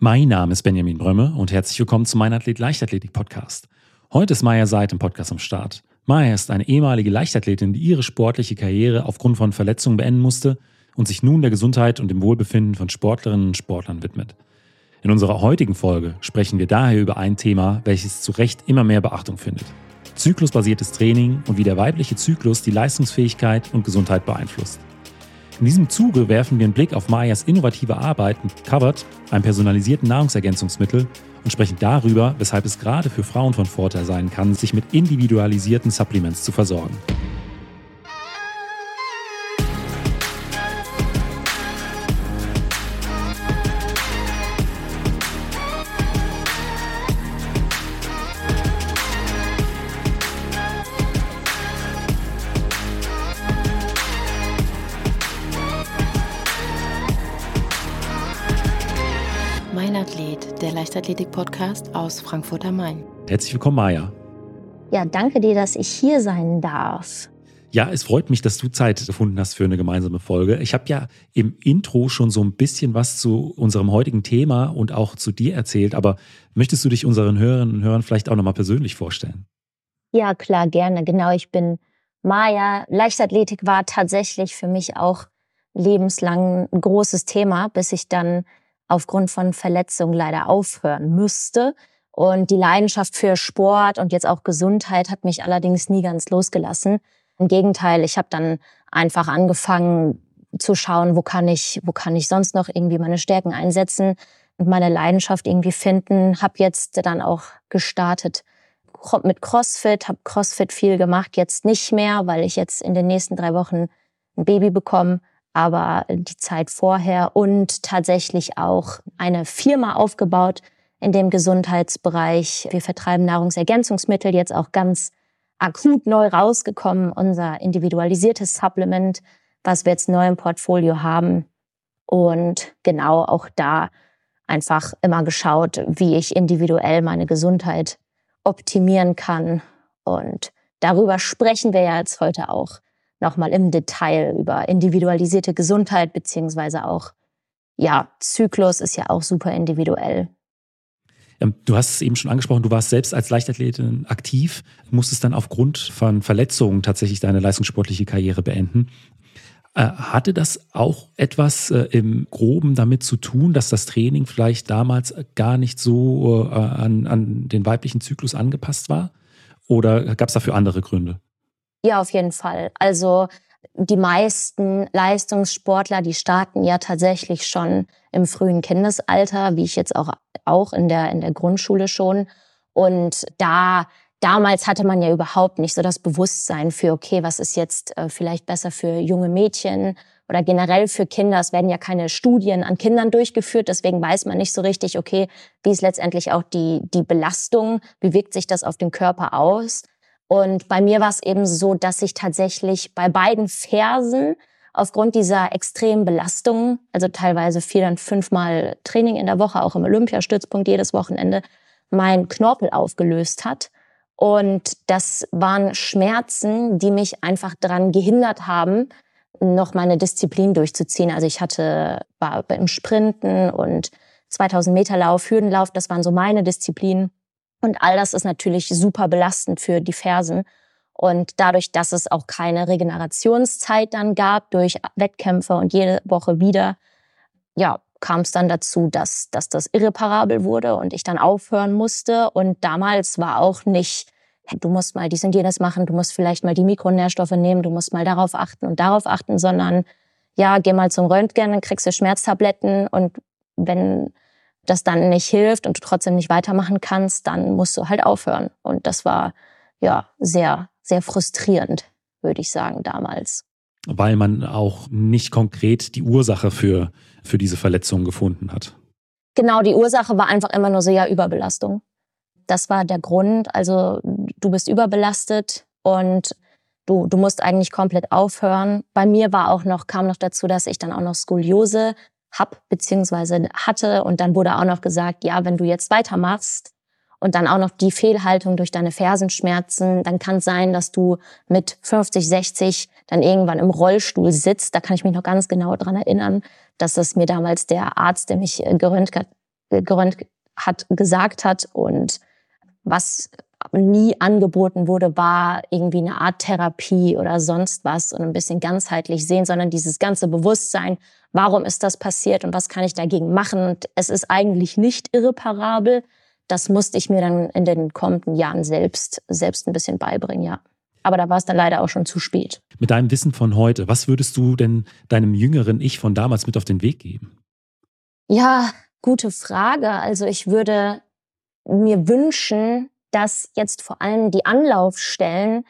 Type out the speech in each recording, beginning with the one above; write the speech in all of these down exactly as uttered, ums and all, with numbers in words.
Mein Name ist Benjamin Brömme und herzlich willkommen zu meinem Athlet-Leichtathletik-Podcast. Heute ist Maja Seid im Podcast am Start. Maja ist eine ehemalige Leichtathletin, die ihre sportliche Karriere aufgrund von Verletzungen beenden musste und sich nun der Gesundheit und dem Wohlbefinden von Sportlerinnen und Sportlern widmet. In unserer heutigen Folge sprechen wir daher über ein Thema, welches zu Recht immer mehr Beachtung findet. Zyklusbasiertes Training und wie der weibliche Zyklus die Leistungsfähigkeit und Gesundheit beeinflusst. In diesem Zuge werfen wir einen Blick auf Majas innovative Arbeit mit Covered, einem personalisierten Nahrungsergänzungsmittel, und sprechen darüber, weshalb es gerade für Frauen von Vorteil sein kann, sich mit individualisierten Supplements zu versorgen. Mein Athlet, der Leichtathletik-Podcast aus Frankfurt am Main. Herzlich willkommen, Maja. Ja, danke dir, dass ich hier sein darf. Ja, es freut mich, dass du Zeit gefunden hast für eine gemeinsame Folge. Ich habe ja im Intro schon so ein bisschen was zu unserem heutigen Thema und auch zu dir erzählt, aber möchtest du dich unseren Hörerinnen und Hörern vielleicht auch nochmal persönlich vorstellen? Ja, klar, gerne. Genau, ich bin Maja. Leichtathletik war tatsächlich für mich auch lebenslang ein großes Thema, bis ich dann aufgrund von Verletzungen leider aufhören müsste. Und die Leidenschaft für Sport und jetzt auch Gesundheit hat mich allerdings nie ganz losgelassen. Im Gegenteil, ich habe dann einfach angefangen zu schauen, wo kann ich, wo kann ich sonst noch irgendwie meine Stärken einsetzen und meine Leidenschaft irgendwie finden. Habe jetzt dann auch gestartet mit CrossFit, habe CrossFit viel gemacht, jetzt nicht mehr, weil ich jetzt in den nächsten drei Wochen ein Baby bekomme. Aber die Zeit vorher und tatsächlich auch eine Firma aufgebaut in dem Gesundheitsbereich. Wir vertreiben Nahrungsergänzungsmittel, jetzt auch ganz akut neu rausgekommen, unser individualisiertes Supplement, was wir jetzt neu im Portfolio haben. Und genau auch da einfach immer geschaut, wie ich individuell meine Gesundheit optimieren kann. Und darüber sprechen wir ja jetzt heute auch nochmal im Detail über individualisierte Gesundheit, beziehungsweise auch, ja, Zyklus ist ja auch super individuell. Du hast es eben schon angesprochen, du warst selbst als Leichtathletin aktiv, musstest dann aufgrund von Verletzungen tatsächlich deine leistungssportliche Karriere beenden. Hatte das auch etwas im Groben damit zu tun, dass das Training vielleicht damals gar nicht so an, an den weiblichen Zyklus angepasst war? Oder gab es dafür andere Gründe? Ja, auf jeden Fall. Also die meisten Leistungssportler, die starten ja tatsächlich schon im frühen Kindesalter, wie ich jetzt auch auch in der in der Grundschule schon. Und da damals hatte man ja überhaupt nicht so das Bewusstsein für, okay, was ist jetzt äh, vielleicht besser für junge Mädchen oder generell für Kinder. Es werden ja keine Studien an Kindern durchgeführt, deswegen weiß man nicht so richtig, okay, wie ist letztendlich auch die die Belastung, wie wirkt sich das auf den Körper aus? Und bei mir war es eben so, dass ich tatsächlich bei beiden Fersen aufgrund dieser extremen Belastung, also teilweise vier, dann fünfmal Training in der Woche, auch im Olympiastützpunkt jedes Wochenende, mein Knorpel aufgelöst hat. Und das waren Schmerzen, die mich einfach daran gehindert haben, noch meine Disziplin durchzuziehen. Also ich hatte war im Sprinten und zweitausend Meter Lauf, Hürdenlauf, das waren so meine Disziplinen. Und all das ist natürlich super belastend für die Fersen. Und dadurch, dass es auch keine Regenerationszeit dann gab durch Wettkämpfe und jede Woche wieder, ja, kam es dann dazu, dass, dass das irreparabel wurde und ich dann aufhören musste. Und damals war auch nicht, du musst mal dies und jenes machen, du musst vielleicht mal die Mikronährstoffe nehmen, du musst mal darauf achten und darauf achten, sondern ja, geh mal zum Röntgen, dann kriegst du Schmerztabletten und wenn das dann nicht hilft und du trotzdem nicht weitermachen kannst, dann musst du halt aufhören. Und das war ja sehr, sehr frustrierend, würde ich sagen, damals. Weil man auch nicht konkret die Ursache für, für diese Verletzung gefunden hat. Genau, die Ursache war einfach immer nur so, ja, Überbelastung. Das war der Grund. Also du bist überbelastet und du, du musst eigentlich komplett aufhören. Bei mir war auch noch, kam noch dazu, dass ich dann auch noch Skoliose hab beziehungsweise hatte und dann wurde auch noch gesagt, ja, wenn du jetzt weitermachst und dann auch noch die Fehlhaltung durch deine Fersenschmerzen, dann kann es sein, dass du mit fünfzig, sechzig dann irgendwann im Rollstuhl sitzt. Da kann ich mich noch ganz genau dran erinnern, dass das mir damals der Arzt, der mich geröntgt hat, geröntgt hat, gesagt hat. Und was nie angeboten wurde, war irgendwie eine Art Therapie oder sonst was und ein bisschen ganzheitlich sehen, sondern dieses ganze Bewusstsein, warum ist das passiert und was kann ich dagegen machen? Und es ist eigentlich nicht irreparabel. Das musste ich mir dann in den kommenden Jahren selbst, selbst ein bisschen beibringen, ja. Aber da war es dann leider auch schon zu spät. Mit deinem Wissen von heute, was würdest du denn deinem jüngeren Ich von damals mit auf den Weg geben? Ja, gute Frage. Also ich würde mir wünschen, dass jetzt vor allem die Anlaufstellen,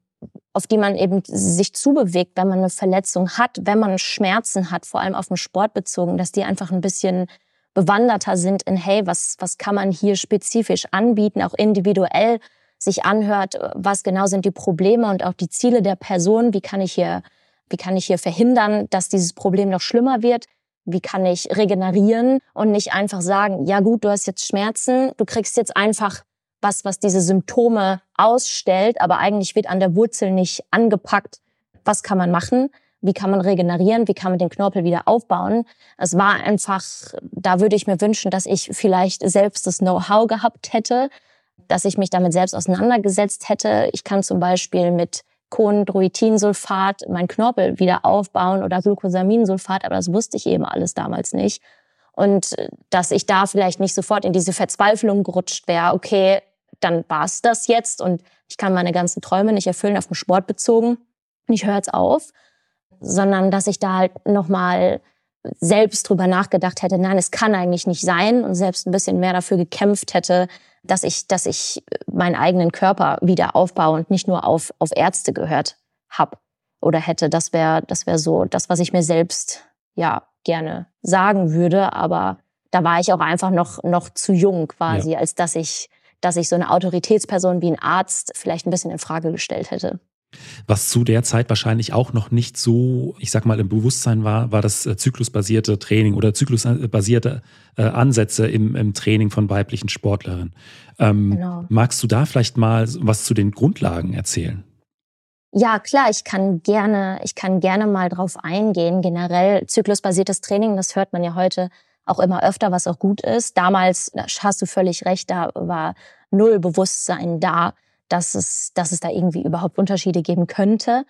auf die man eben sich zubewegt, wenn man eine Verletzung hat, wenn man Schmerzen hat, vor allem auf den Sport bezogen, dass die einfach ein bisschen bewanderter sind in, hey, was, was kann man hier spezifisch anbieten, auch individuell sich anhört, was genau sind die Probleme und auch die Ziele der Person, wie kann ich hier, wie kann ich hier verhindern, dass dieses Problem noch schlimmer wird, wie kann ich regenerieren und nicht einfach sagen, ja gut, du hast jetzt Schmerzen, du kriegst jetzt einfach was, was diese Symptome ausstellt, aber eigentlich wird an der Wurzel nicht angepackt, was kann man machen, wie kann man regenerieren, wie kann man den Knorpel wieder aufbauen. Es war einfach, da würde ich mir wünschen, dass ich vielleicht selbst das Know-how gehabt hätte, dass ich mich damit selbst auseinandergesetzt hätte. Ich kann zum Beispiel mit Chondroitinsulfat meinen Knorpel wieder aufbauen oder Glucosaminsulfat, aber das wusste ich eben alles damals nicht. Und dass ich da vielleicht nicht sofort in diese Verzweiflung gerutscht wäre, okay, dann war es das jetzt und ich kann meine ganzen Träume nicht erfüllen, auf den Sport bezogen und ich höre jetzt auf, sondern dass ich da halt nochmal selbst drüber nachgedacht hätte, nein, es kann eigentlich nicht sein und selbst ein bisschen mehr dafür gekämpft hätte, dass ich, dass ich meinen eigenen Körper wieder aufbaue und nicht nur auf, auf Ärzte gehört habe oder hätte. Das wäre, das wäre so das, was ich mir selbst, ja, gerne sagen würde. Aber da war ich auch einfach noch, noch zu jung quasi, ja, als dass ich, dass ich so eine Autoritätsperson wie ein Arzt vielleicht ein bisschen in Frage gestellt hätte. Was zu der Zeit wahrscheinlich auch noch nicht so, ich sag mal, im Bewusstsein war, war das zyklusbasierte Training oder zyklusbasierte äh, Ansätze im, im Training von weiblichen Sportlerinnen. Ähm, Genau. Magst du da vielleicht mal was zu den Grundlagen erzählen? Ja, klar, ich kann gerne, ich kann gerne mal drauf eingehen. Generell zyklusbasiertes Training, das hört man ja heute auch immer öfter, was auch gut ist. Damals, da hast du völlig recht, da war null Bewusstsein da, dass es, dass es da irgendwie überhaupt Unterschiede geben könnte.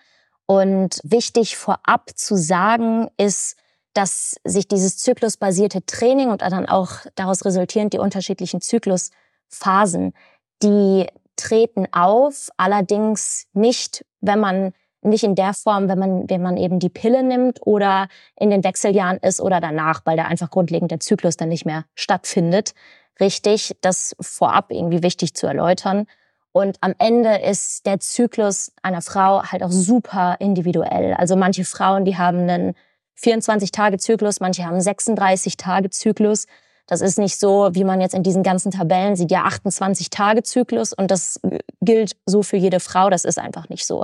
Und wichtig vorab zu sagen ist, dass sich dieses zyklusbasierte Training und dann auch daraus resultierend die unterschiedlichen Zyklusphasen, die treten auf, allerdings nicht, wenn man nicht in der Form, wenn man, wenn man eben die Pille nimmt oder in den Wechseljahren ist oder danach, weil da einfach grundlegend der Zyklus dann nicht mehr stattfindet. Richtig, das vorab irgendwie wichtig zu erläutern. Und am Ende ist der Zyklus einer Frau halt auch super individuell. Also manche Frauen, die haben einen vierundzwanzig-Tage-Zyklus, manche haben einen sechsunddreißig-Tage-Zyklus. Das ist nicht so, wie man jetzt in diesen ganzen Tabellen sieht, ja achtundzwanzig-Tage-Zyklus und das gilt so für jede Frau. Das ist einfach nicht so.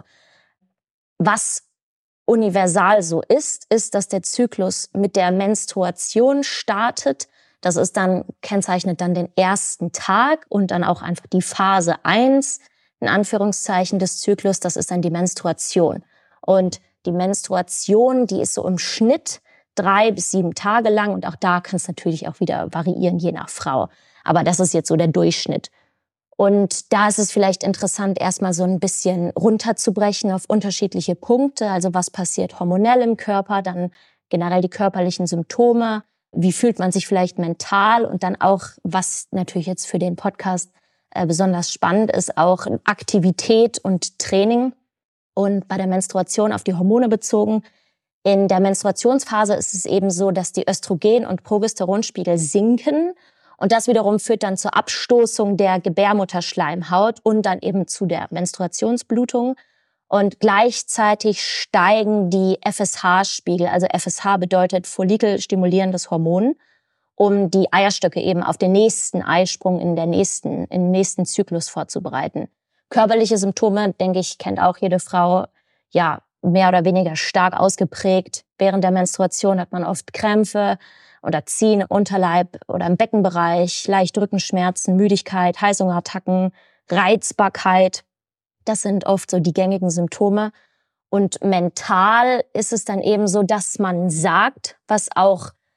Was universal so ist, ist, dass der Zyklus mit der Menstruation startet. Das ist dann, kennzeichnet dann den ersten Tag und dann auch einfach die Phase eins, in Anführungszeichen, des Zyklus, das ist dann die Menstruation. Und die Menstruation, die ist so im Schnitt drei bis sieben Tage lang und auch da kann es natürlich auch wieder variieren, je nach Frau. Aber das ist jetzt so der Durchschnitt. Und da ist es vielleicht interessant, erstmal so ein bisschen runterzubrechen auf unterschiedliche Punkte. Also was passiert hormonell im Körper, dann generell die körperlichen Symptome, wie fühlt man sich vielleicht mental und dann auch, was natürlich jetzt für den Podcast äh, besonders spannend ist, auch Aktivität und Training. Und bei der Menstruation auf die Hormone bezogen. In der Menstruationsphase ist es eben so, dass die Östrogen- und Progesteronspiegel sinken. Und das wiederum führt dann zur Abstoßung der Gebärmutterschleimhaut und dann eben zu der Menstruationsblutung. Und gleichzeitig steigen die F S H-Spiegel, also F S H bedeutet follikelstimulierendes Hormon, um die Eierstöcke eben auf den nächsten Eisprung in der nächsten, im nächsten Zyklus vorzubereiten. Körperliche Symptome, denke ich, kennt auch jede Frau, ja, mehr oder weniger stark ausgeprägt. Während der Menstruation hat man oft Krämpfe oder Ziehen im Unterleib oder im Beckenbereich, leicht Rückenschmerzen, Müdigkeit, Heißhungerattacken, Reizbarkeit. Das sind oft so die gängigen Symptome. Und mental ist es dann eben so, dass man sagt, was auch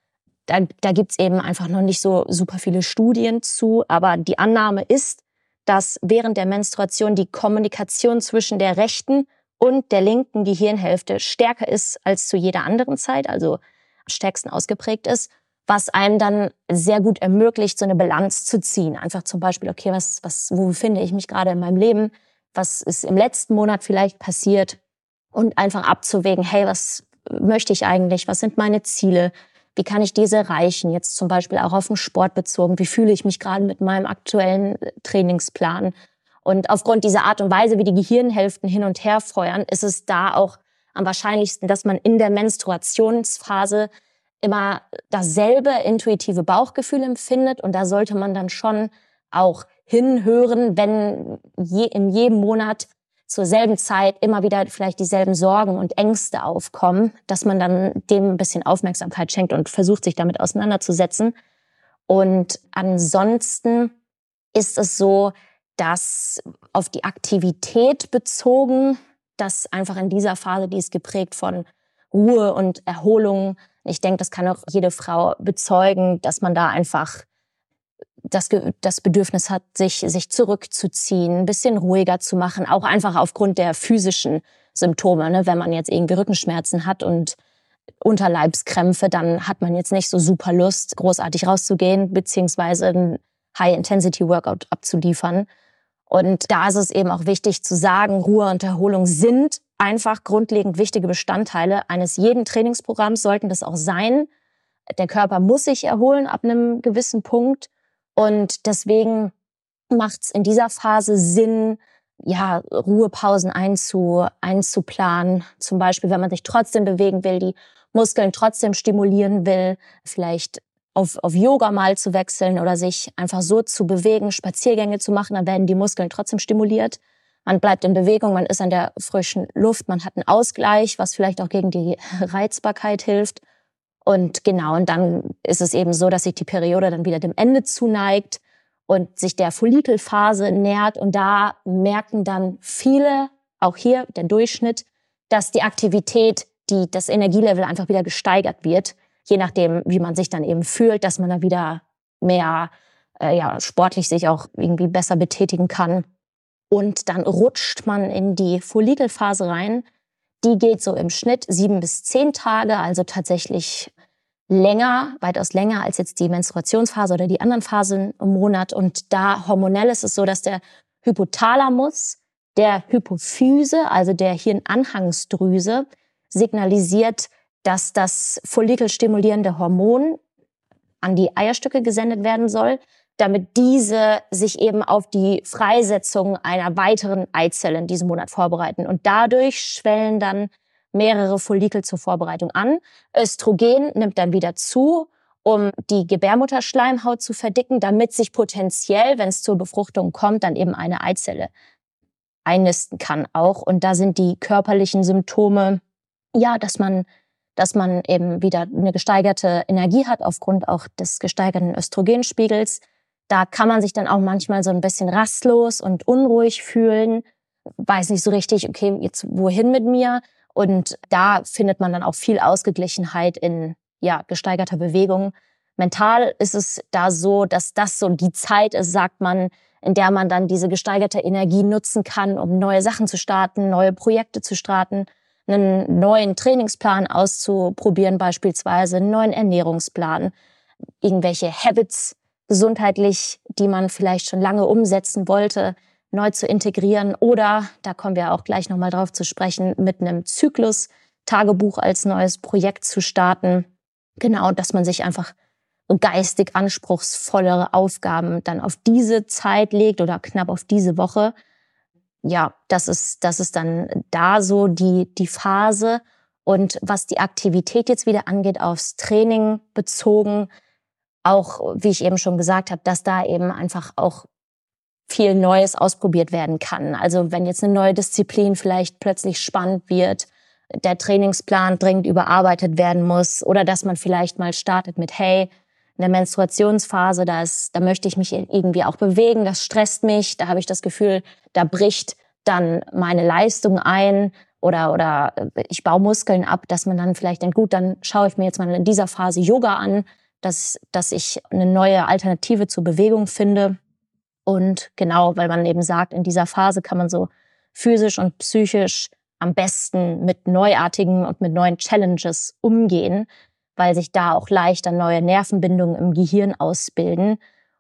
da, da gibt's eben einfach noch nicht so super viele Studien zu. Aber die Annahme ist, dass während der Menstruation die Kommunikation zwischen der rechten und der linken Gehirnhälfte stärker ist als zu jeder anderen Zeit, also am stärksten ausgeprägt ist, was einem dann sehr gut ermöglicht, so eine Bilanz zu ziehen. Einfach zum Beispiel, okay, was, was, wo befinde ich mich gerade in meinem Leben? Was ist im letzten Monat vielleicht passiert? Und einfach abzuwägen, hey, was möchte ich eigentlich? Was sind meine Ziele? Wie kann ich diese erreichen? Jetzt zum Beispiel auch auf den Sport bezogen. Wie fühle ich mich gerade mit meinem aktuellen Trainingsplan? Und aufgrund dieser Art und Weise, wie die Gehirnhälften hin und her feuern, ist es da auch am wahrscheinlichsten, dass man in der Menstruationsphase immer dasselbe intuitive Bauchgefühl empfindet. Und da sollte man dann schon auch hinhören, wenn je, in jedem Monat zur selben Zeit immer wieder vielleicht dieselben Sorgen und Ängste aufkommen, dass man dann dem ein bisschen Aufmerksamkeit schenkt und versucht, sich damit auseinanderzusetzen. Und ansonsten ist es so, dass auf die Aktivität bezogen, dass einfach in dieser Phase, die ist geprägt von Ruhe und Erholung. Ich denke, das kann auch jede Frau bezeugen, dass man da einfach das, das Bedürfnis hat, sich, sich zurückzuziehen, ein bisschen ruhiger zu machen, auch einfach aufgrund der physischen Symptome. Ne? Wenn man jetzt irgendwie Rückenschmerzen hat und Unterleibskrämpfe, dann hat man jetzt nicht so super Lust, großartig rauszugehen, beziehungsweise ein High-Intensity-Workout abzuliefern. Und da ist es eben auch wichtig zu sagen, Ruhe und Erholung sind einfach grundlegend wichtige Bestandteile eines jeden Trainingsprogramms, sollten das auch sein. Der Körper muss sich erholen ab einem gewissen Punkt. Und deswegen macht es in dieser Phase Sinn, ja, Ruhepausen einzu, einzuplanen. Zum Beispiel, wenn man sich trotzdem bewegen will, die Muskeln trotzdem stimulieren will, vielleicht auf, auf Yoga mal zu wechseln oder sich einfach so zu bewegen, Spaziergänge zu machen, dann werden die Muskeln trotzdem stimuliert. Man bleibt in Bewegung, man ist an der frischen Luft, man hat einen Ausgleich, was vielleicht auch gegen die Reizbarkeit hilft. Und genau, und dann ist es eben so, dass sich die Periode dann wieder dem Ende zuneigt und sich der Follikelphase nähert. Und da merken dann viele, auch hier der Durchschnitt, dass die Aktivität, die, das Energielevel einfach wieder gesteigert wird, je nachdem, wie man sich dann eben fühlt, dass man da wieder mehr äh, ja, sportlich sich auch irgendwie besser betätigen kann. Und dann rutscht man in die Follikelphase rein. Die geht so im Schnitt sieben bis zehn Tage, also tatsächlich länger, weitaus länger als jetzt die Menstruationsphase oder die anderen Phasen im Monat. Und da hormonell ist es so, dass der Hypothalamus der Hypophyse, also der Hirnanhangsdrüse, signalisiert, dass das follikelstimulierende Hormon an die Eierstöcke gesendet werden soll, damit diese sich eben auf die Freisetzung einer weiteren Eizelle in diesem Monat vorbereiten. Und dadurch schwellen dann mehrere Follikel zur Vorbereitung an. Östrogen nimmt dann wieder zu, um die Gebärmutterschleimhaut zu verdicken, damit sich potenziell, wenn es zur Befruchtung kommt, dann eben eine Eizelle einnisten kann auch. Und da sind die körperlichen Symptome, ja, dass man dass man eben wieder eine gesteigerte Energie hat aufgrund auch des gesteigerten Östrogenspiegels. Da kann man sich dann auch manchmal so ein bisschen rastlos und unruhig fühlen, weiß nicht so richtig, okay, jetzt wohin mit mir? Und da findet man dann auch viel Ausgeglichenheit in ja, gesteigerter Bewegung. Mental ist es da so, dass das so die Zeit ist, sagt man, in der man dann diese gesteigerte Energie nutzen kann, um neue Sachen zu starten, neue Projekte zu starten, einen neuen Trainingsplan auszuprobieren, beispielsweise einen neuen Ernährungsplan, irgendwelche Habits gesundheitlich, die man vielleicht schon lange umsetzen wollte, neu zu integrieren. Oder, da kommen wir auch gleich nochmal drauf zu sprechen, mit einem Zyklus-Tagebuch als neues Projekt zu starten. Genau, dass man sich einfach geistig anspruchsvollere Aufgaben dann auf diese Zeit legt oder knapp auf diese Woche. Ja, das ist, das ist dann da so die, die Phase. Und was die Aktivität jetzt wieder angeht, aufs Training bezogen, auch, wie ich eben schon gesagt habe, dass da eben einfach auch viel Neues ausprobiert werden kann. Also wenn jetzt eine neue Disziplin vielleicht plötzlich spannend wird, der Trainingsplan dringend überarbeitet werden muss oder dass man vielleicht mal startet mit, hey, in der Menstruationsphase, da, ist, da möchte ich mich irgendwie auch bewegen, das stresst mich, da habe ich das Gefühl, da bricht dann meine Leistung ein oder, oder ich baue Muskeln ab, dass man dann vielleicht denkt, gut, dann schaue ich mir jetzt mal in dieser Phase Yoga an, dass, dass ich eine neue Alternative zur Bewegung finde. Und genau, weil man eben sagt, in dieser Phase kann man so physisch und psychisch am besten mit neuartigen und mit neuen Challenges umgehen, weil sich da auch leichter neue Nervenbindungen im Gehirn ausbilden.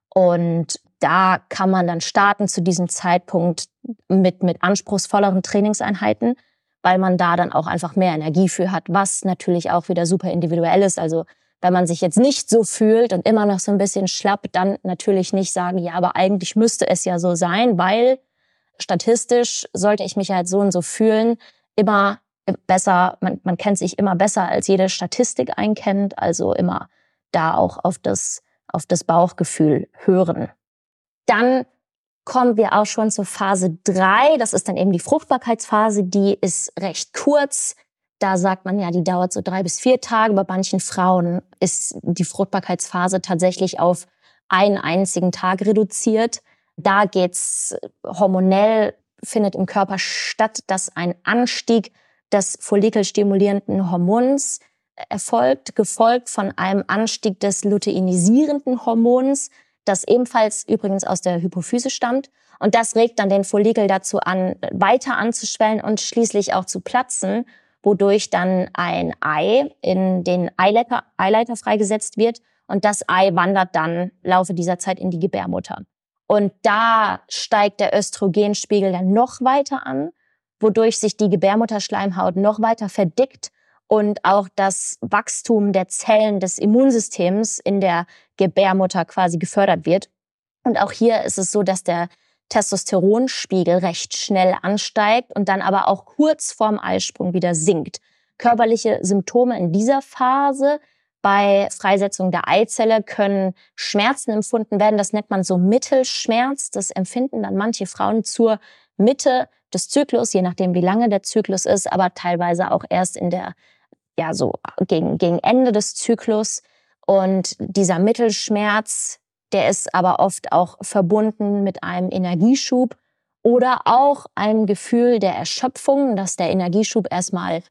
Und da kann man dann starten zu diesem Zeitpunkt mit, mit anspruchsvolleren Trainingseinheiten, weil man da dann auch einfach mehr Energie für hat, was natürlich auch wieder super individuell ist. Also wenn man sich jetzt nicht so fühlt und immer noch so ein bisschen schlapp, dann natürlich nicht sagen, ja, aber eigentlich müsste es ja so sein, weil statistisch sollte ich mich halt so und so fühlen, immer besser, man, man kennt sich immer besser, als jede Statistik einkennt, also immer da auch auf das, auf das Bauchgefühl hören. Dann kommen wir auch schon zur Phase drei, das ist dann eben die Fruchtbarkeitsphase, die ist recht kurz. Da sagt man ja, die dauert so drei bis vier Tage. Bei manchen Frauen ist die Fruchtbarkeitsphase tatsächlich auf einen einzigen Tag reduziert. Da geht's hormonell, findet im Körper statt, dass ein Anstieg des follikelstimulierenden Hormons erfolgt, gefolgt von einem Anstieg des luteinisierenden Hormons, das ebenfalls übrigens aus der Hypophyse stammt. Und das regt dann den Follikel dazu an, weiter anzuschwellen und schließlich auch zu platzen, wodurch dann ein Ei in den Eileiter, Eileiter freigesetzt wird. Und das Ei wandert dann im Laufe dieser Zeit in die Gebärmutter. Und da steigt der Östrogenspiegel dann noch weiter an, wodurch sich die Gebärmutterschleimhaut noch weiter verdickt und auch das Wachstum der Zellen des Immunsystems in der Gebärmutter quasi gefördert wird. Und auch hier ist es so, dass der Testosteronspiegel recht schnell ansteigt und dann aber auch kurz vorm Eisprung wieder sinkt. Körperliche Symptome in dieser Phase bei Freisetzung der Eizelle können Schmerzen empfunden werden. Das nennt man so Mittelschmerz. Das empfinden dann manche Frauen zur Mitte des Zyklus, je nachdem wie lange der Zyklus ist, aber teilweise auch erst in der, ja so gegen, gegen Ende des Zyklus. Und dieser Mittelschmerz, der ist aber oft auch verbunden mit einem Energieschub oder auch einem Gefühl der Erschöpfung, dass der Energieschub erstmal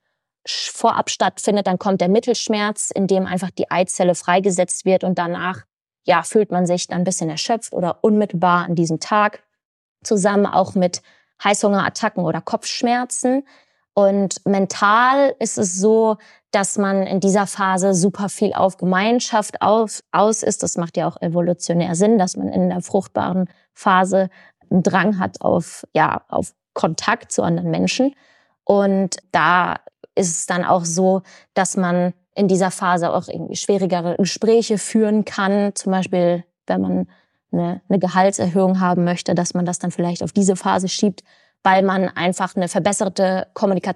vorab stattfindet. Dann kommt der Mittelschmerz, in dem einfach die Eizelle freigesetzt wird und danach ja, fühlt man sich dann ein bisschen erschöpft oder unmittelbar an diesem Tag, zusammen auch mit Heißhungerattacken oder Kopfschmerzen. Und mental ist es so, dass man in dieser Phase super viel auf Gemeinschaft auf, aus ist. Das macht ja auch evolutionär Sinn, dass man in der fruchtbaren Phase einen Drang hat auf, ja, auf Kontakt zu anderen Menschen. Und da ist es dann auch so, dass man in dieser Phase auch irgendwie schwierigere Gespräche führen kann. Zum Beispiel, wenn man eine, eine Gehaltserhöhung haben möchte, dass man das dann vielleicht auf diese Phase schiebt, weil man einfach eine verbesserte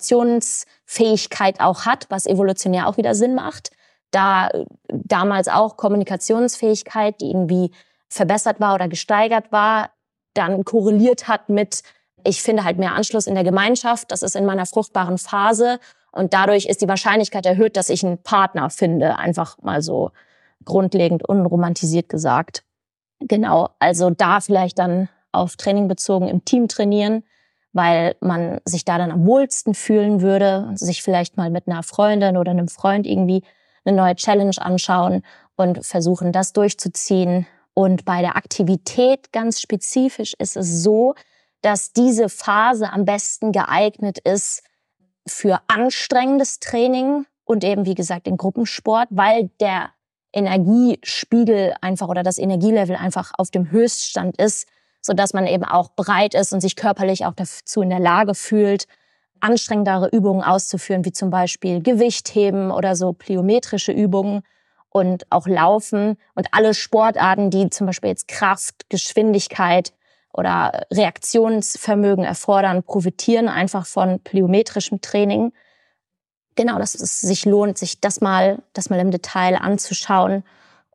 Kommunikationsfähigkeit auch hat, was evolutionär auch wieder Sinn macht. Da damals auch Kommunikationsfähigkeit, die irgendwie verbessert war oder gesteigert war, dann korreliert hat mit, ich finde halt mehr Anschluss in der Gemeinschaft, das ist in meiner fruchtbaren Phase und dadurch ist die Wahrscheinlichkeit erhöht, dass ich einen Partner finde, einfach mal so grundlegend unromantisiert gesagt. Genau, also da vielleicht dann auf Training bezogen im Team trainieren, weil man sich da dann am wohlsten fühlen würde, sich vielleicht mal mit einer Freundin oder einem Freund irgendwie eine neue Challenge anschauen und versuchen, das durchzuziehen. Und bei der Aktivität ganz spezifisch ist es so, dass diese Phase am besten geeignet ist für anstrengendes Training und eben, wie gesagt, den Gruppensport, weil der Energiespiegel einfach oder das Energielevel einfach auf dem Höchststand ist, sodass man eben auch bereit ist und sich körperlich auch dazu in der Lage fühlt, anstrengendere Übungen auszuführen, wie zum Beispiel Gewichtheben oder so plyometrische Übungen und auch Laufen. Und alle Sportarten, die zum Beispiel jetzt Kraft, Geschwindigkeit oder Reaktionsvermögen erfordern, profitieren einfach von plyometrischem Training. Genau, dass es sich lohnt, sich das mal, das mal im Detail anzuschauen.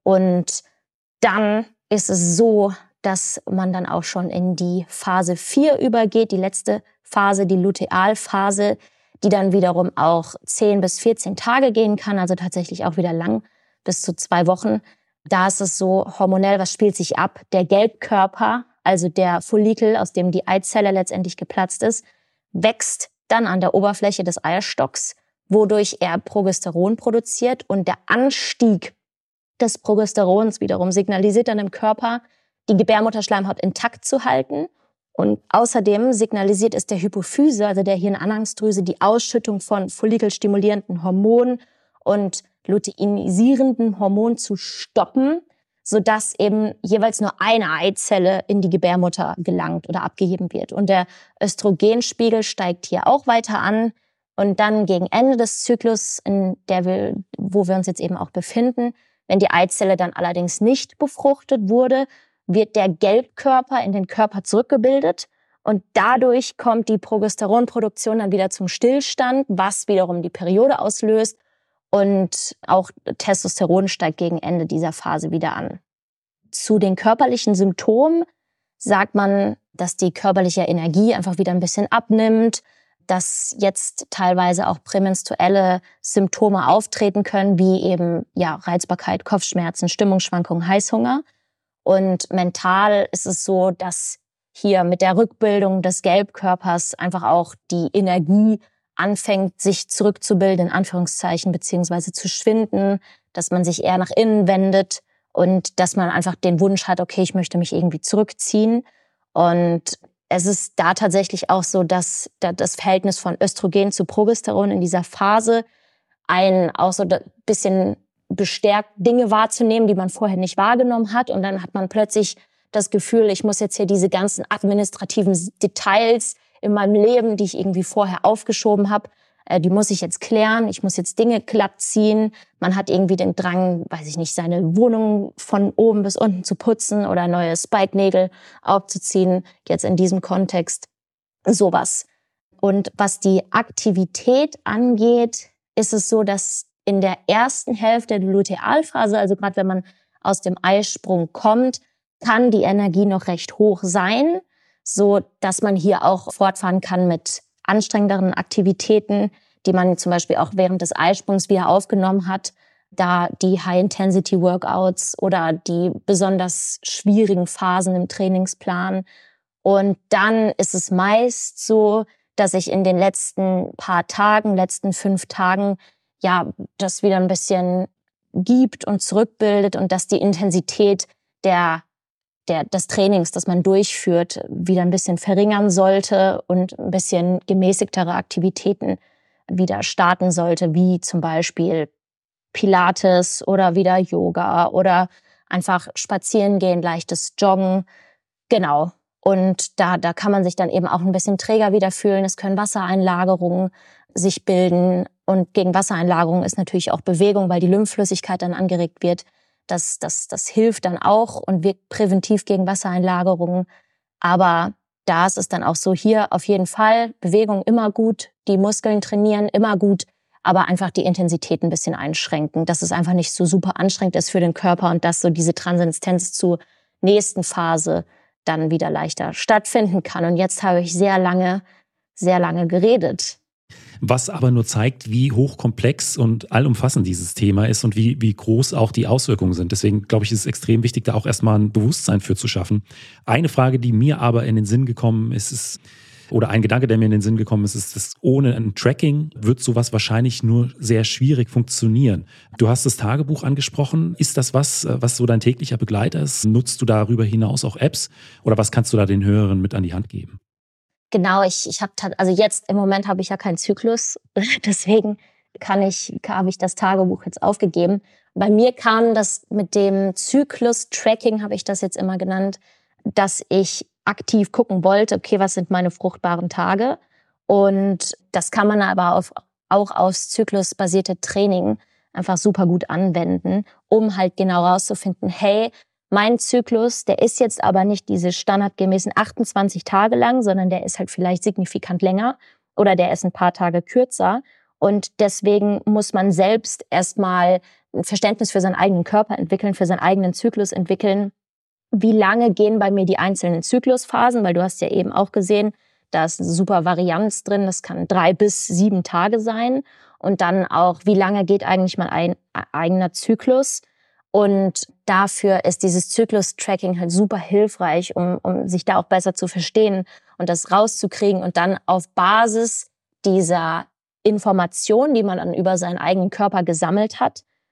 Und dann ist es so, dass man dann auch schon in die Phase vier übergeht, die letzte Phase, die Lutealphase, die dann wiederum auch zehn bis vierzehn Tage gehen kann, also tatsächlich auch wieder lang, bis zu zwei Wochen. Da ist es so hormonell, was spielt sich ab? Der Gelbkörper, also der Follikel, aus dem die Eizelle letztendlich geplatzt ist, wächst dann an der Oberfläche des Eierstocks, wodurch er Progesteron produziert und der Anstieg des Progesterons wiederum signalisiert dann im Körper, die Gebärmutterschleimhaut intakt zu halten. Und außerdem signalisiert es der Hypophyse, also der Hirnanhangsdrüse, die Ausschüttung von follikelstimulierenden Hormonen und luteinisierenden Hormonen zu stoppen, sodass eben jeweils nur eine Eizelle in die Gebärmutter gelangt oder abgegeben wird. Und der Östrogenspiegel steigt hier auch weiter an. Und dann gegen Ende des Zyklus, in der wir, wo wir uns jetzt eben auch befinden, wenn die Eizelle dann allerdings nicht befruchtet wurde, wird der Gelbkörper in den Körper zurückgebildet und dadurch kommt die Progesteronproduktion dann wieder zum Stillstand, was wiederum die Periode auslöst und auch Testosteron steigt gegen Ende dieser Phase wieder an. Zu den körperlichen Symptomen sagt man, dass die körperliche Energie einfach wieder ein bisschen abnimmt, dass jetzt teilweise auch prämenstruelle Symptome auftreten können, wie eben ja Reizbarkeit, Kopfschmerzen, Stimmungsschwankungen, Heißhunger. Und mental ist es so, dass hier mit der Rückbildung des Gelbkörpers einfach auch die Energie anfängt, sich zurückzubilden, in Anführungszeichen, beziehungsweise zu schwinden, dass man sich eher nach innen wendet und dass man einfach den Wunsch hat, okay, ich möchte mich irgendwie zurückziehen. Und es ist da tatsächlich auch so, dass das Verhältnis von Östrogen zu Progesteron in dieser Phase einen auch so ein bisschen bestärkt, Dinge wahrzunehmen, die man vorher nicht wahrgenommen hat. Und dann hat man plötzlich das Gefühl, ich muss jetzt hier diese ganzen administrativen Details in meinem Leben, die ich irgendwie vorher aufgeschoben habe, äh, die muss ich jetzt klären. Ich muss jetzt Dinge glatt ziehen. Man hat irgendwie den Drang, weiß ich nicht, seine Wohnung von oben bis unten zu putzen oder neue Spike-Nägel aufzuziehen. Jetzt in diesem Kontext sowas. Und was die Aktivität angeht, ist es so, dass in der ersten Hälfte der Lutealphase, also gerade wenn man aus dem Eisprung kommt, kann die Energie noch recht hoch sein, so dass man hier auch fortfahren kann mit anstrengenderen Aktivitäten, die man zum Beispiel auch während des Eisprungs wieder aufgenommen hat, da die High-Intensity-Workouts oder die besonders schwierigen Phasen im Trainingsplan. Und dann ist es meist so, dass ich in den letzten paar Tagen, letzten fünf Tagen, ja, das wieder ein bisschen gibt und zurückbildet und dass die Intensität der, der, des Trainings, das man durchführt, wieder ein bisschen verringern sollte und ein bisschen gemäßigtere Aktivitäten wieder starten sollte, wie zum Beispiel Pilates oder wieder Yoga oder einfach spazieren gehen, leichtes Joggen. Genau. Und da, da kann man sich dann eben auch ein bisschen träger wieder fühlen. Es können Wassereinlagerungen sich bilden. Und gegen Wassereinlagerung ist natürlich auch Bewegung, weil die Lymphflüssigkeit dann angeregt wird. Das, das, das hilft dann auch und wirkt präventiv gegen Wassereinlagerungen. Aber da ist es dann auch so, hier auf jeden Fall Bewegung immer gut, die Muskeln trainieren immer gut, aber einfach die Intensität ein bisschen einschränken, dass es einfach nicht so super anstrengend ist für den Körper und dass so diese Transistenz zur nächsten Phase dann wieder leichter stattfinden kann. Und jetzt habe ich sehr lange, sehr lange geredet. Was aber nur zeigt, wie hochkomplex und allumfassend dieses Thema ist und wie, wie groß auch die Auswirkungen sind. Deswegen glaube ich, ist es extrem wichtig, da auch erstmal ein Bewusstsein für zu schaffen. Eine Frage, die mir aber in den Sinn gekommen ist, ist oder ein Gedanke, der mir in den Sinn gekommen ist, ist, dass ohne ein Tracking wird sowas wahrscheinlich nur sehr schwierig funktionieren. Du hast das Tagebuch angesprochen. Ist das was, was so dein täglicher Begleiter ist? Nutzt du darüber hinaus auch Apps? Oder was kannst du da den Hörern mit an die Hand geben? Genau, ich, ich habe, also jetzt im Moment habe ich ja keinen Zyklus, deswegen kann ich, habe ich das Tagebuch jetzt aufgegeben. Bei mir kam das mit dem Zyklus-Tracking, habe ich das jetzt immer genannt, dass ich aktiv gucken wollte, okay, was sind meine fruchtbaren Tage? Und das kann man aber auf, auch aufs zyklusbasierte Training einfach super gut anwenden, um halt genau rauszufinden, hey, mein Zyklus, der ist jetzt aber nicht diese standardgemäßen achtundzwanzig Tage lang, sondern der ist halt vielleicht signifikant länger oder der ist ein paar Tage kürzer. Und deswegen muss man selbst erstmal ein Verständnis für seinen eigenen Körper entwickeln, für seinen eigenen Zyklus entwickeln. Wie lange gehen bei mir die einzelnen Zyklusphasen? Weil du hast ja eben auch gesehen, da ist eine super Varianz drin. Das kann drei bis sieben Tage sein. Und dann auch, wie lange geht eigentlich mein ein, eigener Zyklus? Und dafür ist dieses Zyklus-Tracking halt super hilfreich, um, um sich da auch besser zu verstehen und das rauszukriegen und dann auf Basis dieser Information, die man dann über seinen eigenen Körper gesammelt hat,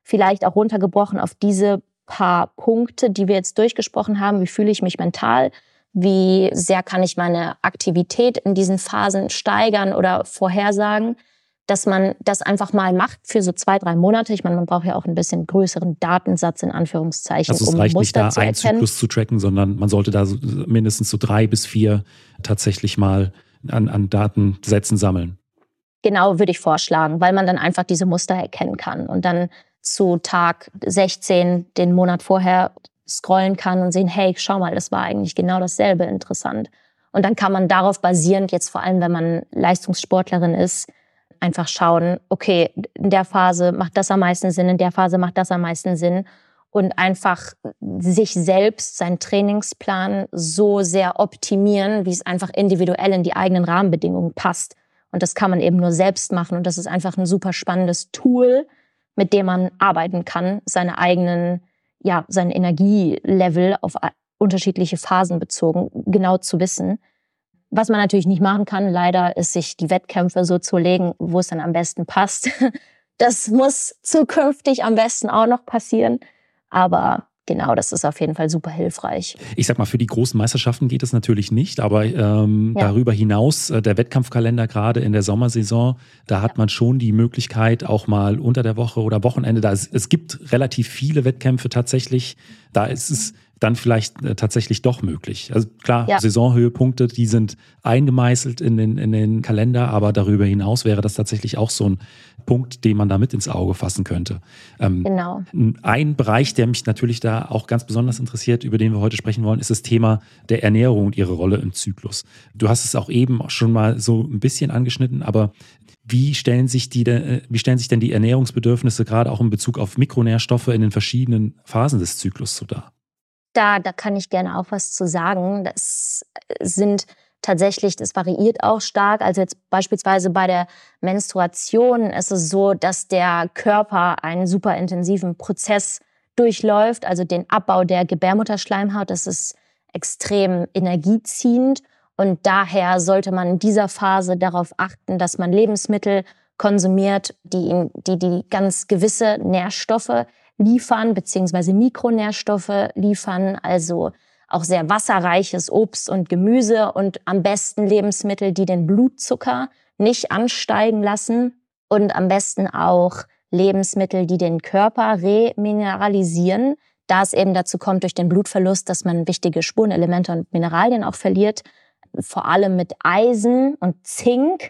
vielleicht auch runtergebrochen auf diese paar Punkte, die wir jetzt durchgesprochen haben. Wie fühle ich mich mental? Wie sehr kann ich meine Aktivität in diesen Phasen steigern oder vorhersagen? Dass man das einfach mal macht für so zwei, drei Monate. Ich meine, man braucht ja auch ein bisschen größeren Datensatz in Anführungszeichen, also es um reicht Muster nicht, da zu einen erkennen. Zyklus zu tracken, sondern man sollte da so mindestens so drei bis vier tatsächlich mal an, an Datensätzen sammeln. Genau, würde ich vorschlagen, weil man dann einfach diese Muster erkennen kann und dann zu Tag sechzehn den Monat vorher scrollen kann und sehen, hey, schau mal, das war eigentlich genau dasselbe, interessant. Und dann kann man darauf basierend, jetzt vor allem, wenn man Leistungssportlerin ist, einfach schauen, okay, in der Phase macht das am meisten Sinn, in der Phase macht das am meisten Sinn und einfach sich selbst, seinen Trainingsplan so sehr optimieren, wie es einfach individuell in die eigenen Rahmenbedingungen passt. Und das kann man eben nur selbst machen und das ist einfach ein super spannendes Tool, mit dem man arbeiten kann, seine eigenen, ja, sein Energielevel auf unterschiedliche Phasen bezogen, genau zu wissen. Was man natürlich nicht machen kann, leider, ist sich die Wettkämpfe so zu legen, wo es dann am besten passt. Das muss zukünftig am besten auch noch passieren. Aber genau, das ist auf jeden Fall super hilfreich. Ich sag mal, für die großen Meisterschaften geht es natürlich nicht, aber ähm, ja. darüber hinaus, äh, der Wettkampfkalender gerade in der Sommersaison, da hat man schon die Möglichkeit, auch mal unter der Woche oder Wochenende, da es, es gibt relativ viele Wettkämpfe tatsächlich, da ist es dann vielleicht äh, tatsächlich doch möglich. Also klar, ja. Saisonhöhepunkte, die sind eingemeißelt in den, in den Kalender, aber darüber hinaus wäre das tatsächlich auch so ein Punkt, den man da mit ins Auge fassen könnte. Ähm, genau. Ein Bereich, der mich natürlich da auch ganz besonders interessiert, über den wir heute sprechen wollen, ist das Thema der Ernährung und ihre Rolle im Zyklus. Du hast es auch eben schon mal so ein bisschen angeschnitten, aber wie stellen sich die, wie stellen sich denn die Ernährungsbedürfnisse gerade auch in Bezug auf Mikronährstoffe in den verschiedenen Phasen des Zyklus so dar? Da, da kann ich gerne auch was zu sagen. Das sind tatsächlich, das variiert auch stark. Also jetzt beispielsweise bei der Menstruation ist es so, dass der Körper einen super intensiven Prozess durchläuft, also den Abbau der Gebärmutterschleimhaut. Das ist extrem energieziehend und daher sollte man in dieser Phase darauf achten, dass man Lebensmittel konsumiert, die die, die ganz gewisse Nährstoffe liefern, beziehungsweise Mikronährstoffe liefern, also auch sehr wasserreiches Obst und Gemüse und am besten Lebensmittel, die den Blutzucker nicht ansteigen lassen und am besten auch Lebensmittel, die den Körper remineralisieren, da es eben dazu kommt durch den Blutverlust, dass man wichtige Spurenelemente und Mineralien auch verliert, vor allem mit Eisen und Zink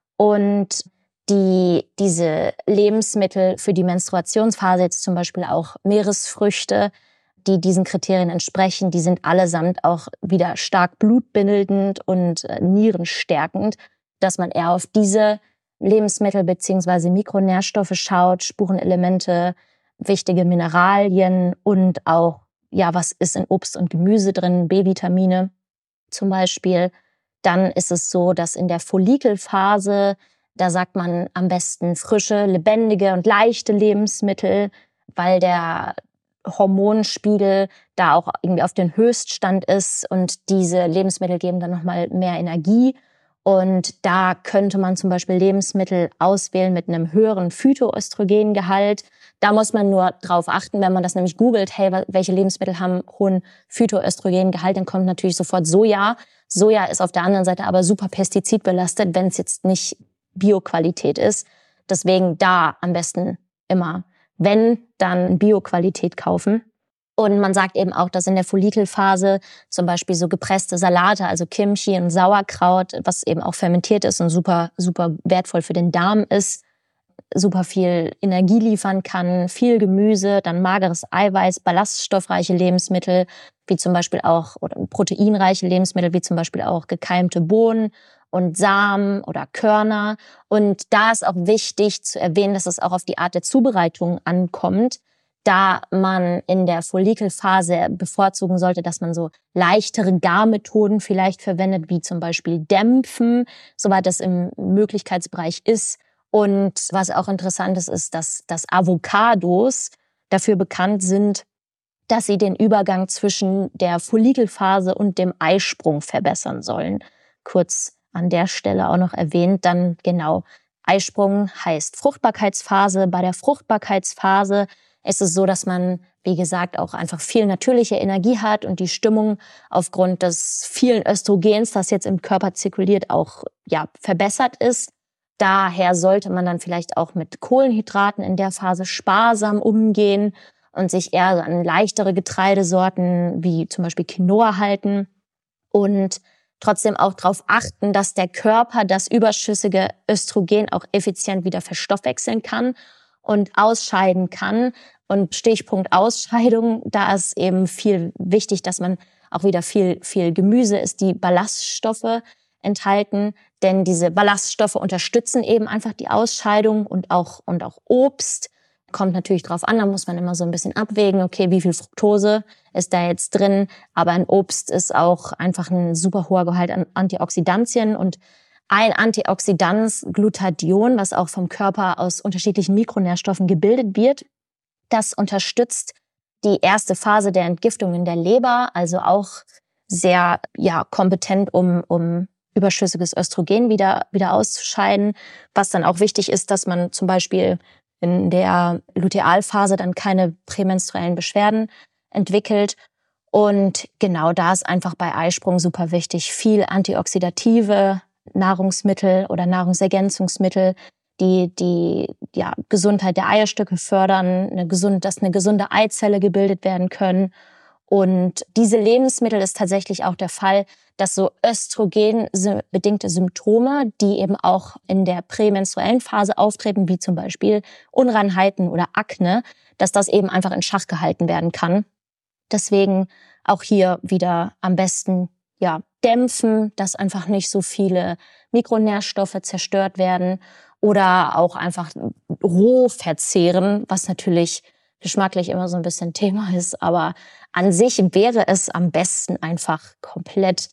und die diese Lebensmittel für die Menstruationsphase, jetzt zum Beispiel auch Meeresfrüchte, die diesen Kriterien entsprechen, die sind allesamt auch wieder stark blutbildend und äh, nierenstärkend, dass man eher auf diese Lebensmittel bzw. Mikronährstoffe schaut, Spurenelemente, wichtige Mineralien und auch, ja, was ist in Obst und Gemüse drin, B-Vitamine zum Beispiel. Dann ist es so, dass in der Follikelphase, da sagt man am besten frische, lebendige und leichte Lebensmittel, weil der Hormonspiegel da auch irgendwie auf den Höchststand ist und diese Lebensmittel geben dann nochmal mehr Energie. Und da könnte man zum Beispiel Lebensmittel auswählen mit einem höheren Phytoöstrogengehalt. Da muss man nur drauf achten, wenn man das nämlich googelt, hey, welche Lebensmittel haben hohen Phytoöstrogengehalt, dann kommt natürlich sofort Soja. Soja ist auf der anderen Seite aber super pestizidbelastet, wenn es jetzt nicht Bioqualität ist. Deswegen da am besten immer, wenn, dann Bioqualität kaufen. Und man sagt eben auch, dass in der Follikelphase zum Beispiel so gepresste Salate, also Kimchi und Sauerkraut, was eben auch fermentiert ist und super, super wertvoll für den Darm ist, super viel Energie liefern kann, viel Gemüse, dann mageres Eiweiß, ballaststoffreiche Lebensmittel, wie zum Beispiel auch, oder proteinreiche Lebensmittel, wie zum Beispiel auch gekeimte Bohnen und Samen oder Körner. Und da ist auch wichtig zu erwähnen, dass es auch auf die Art der Zubereitung ankommt, da man in der Follikelphase bevorzugen sollte, dass man so leichtere Garmethoden vielleicht verwendet, wie zum Beispiel Dämpfen, soweit das im Möglichkeitsbereich ist. Und was auch interessant ist, ist, dass, dass Avocados dafür bekannt sind, dass sie den Übergang zwischen der Follikelphase und dem Eisprung verbessern sollen. Kurz an der Stelle auch noch erwähnt, dann genau Eisprung heißt Fruchtbarkeitsphase. Bei der Fruchtbarkeitsphase ist es so, dass man, wie gesagt, auch einfach viel natürliche Energie hat und die Stimmung aufgrund des vielen Östrogens, das jetzt im Körper zirkuliert, auch ja verbessert ist. Daher sollte man dann vielleicht auch mit Kohlenhydraten in der Phase sparsam umgehen und sich eher an leichtere Getreidesorten wie zum Beispiel Quinoa halten und trotzdem auch darauf achten, dass der Körper das überschüssige Östrogen auch effizient wieder verstoffwechseln kann und ausscheiden kann. Und Stichpunkt Ausscheidung, da ist eben viel wichtig, dass man auch wieder viel, viel Gemüse isst, die Ballaststoffe enthalten, denn diese Ballaststoffe unterstützen eben einfach die Ausscheidung und auch, und auch Obst. Kommt natürlich drauf an, da muss man immer so ein bisschen abwägen, okay, wie viel Fructose ist da jetzt drin, aber ein Obst ist auch einfach ein super hoher Gehalt an Antioxidantien und ein Antioxidant, Glutathion, was auch vom Körper aus unterschiedlichen Mikronährstoffen gebildet wird, das unterstützt die erste Phase der Entgiftung in der Leber, also auch sehr ja kompetent, um um überschüssiges Östrogen wieder wieder auszuscheiden. Was dann auch wichtig ist, dass man zum Beispiel in der Lutealphase dann keine prämenstruellen Beschwerden entwickelt. Und genau da ist einfach bei Eisprung super wichtig, viel antioxidative Nahrungsmittel oder Nahrungsergänzungsmittel, die die ja, Gesundheit der Eierstöcke fördern, eine gesunde, dass eine gesunde Eizelle gebildet werden können. Und diese Lebensmittel ist tatsächlich auch der Fall, dass so östrogenbedingte Symptome, die eben auch in der prämenstruellen Phase auftreten, wie zum Beispiel Unreinheiten oder Akne, dass das eben einfach in Schach gehalten werden kann. Deswegen auch hier wieder am besten ja dämpfen, dass einfach nicht so viele Mikronährstoffe zerstört werden oder auch einfach roh verzehren, was natürlich geschmacklich immer so ein bisschen Thema ist, aber an sich wäre es am besten einfach komplett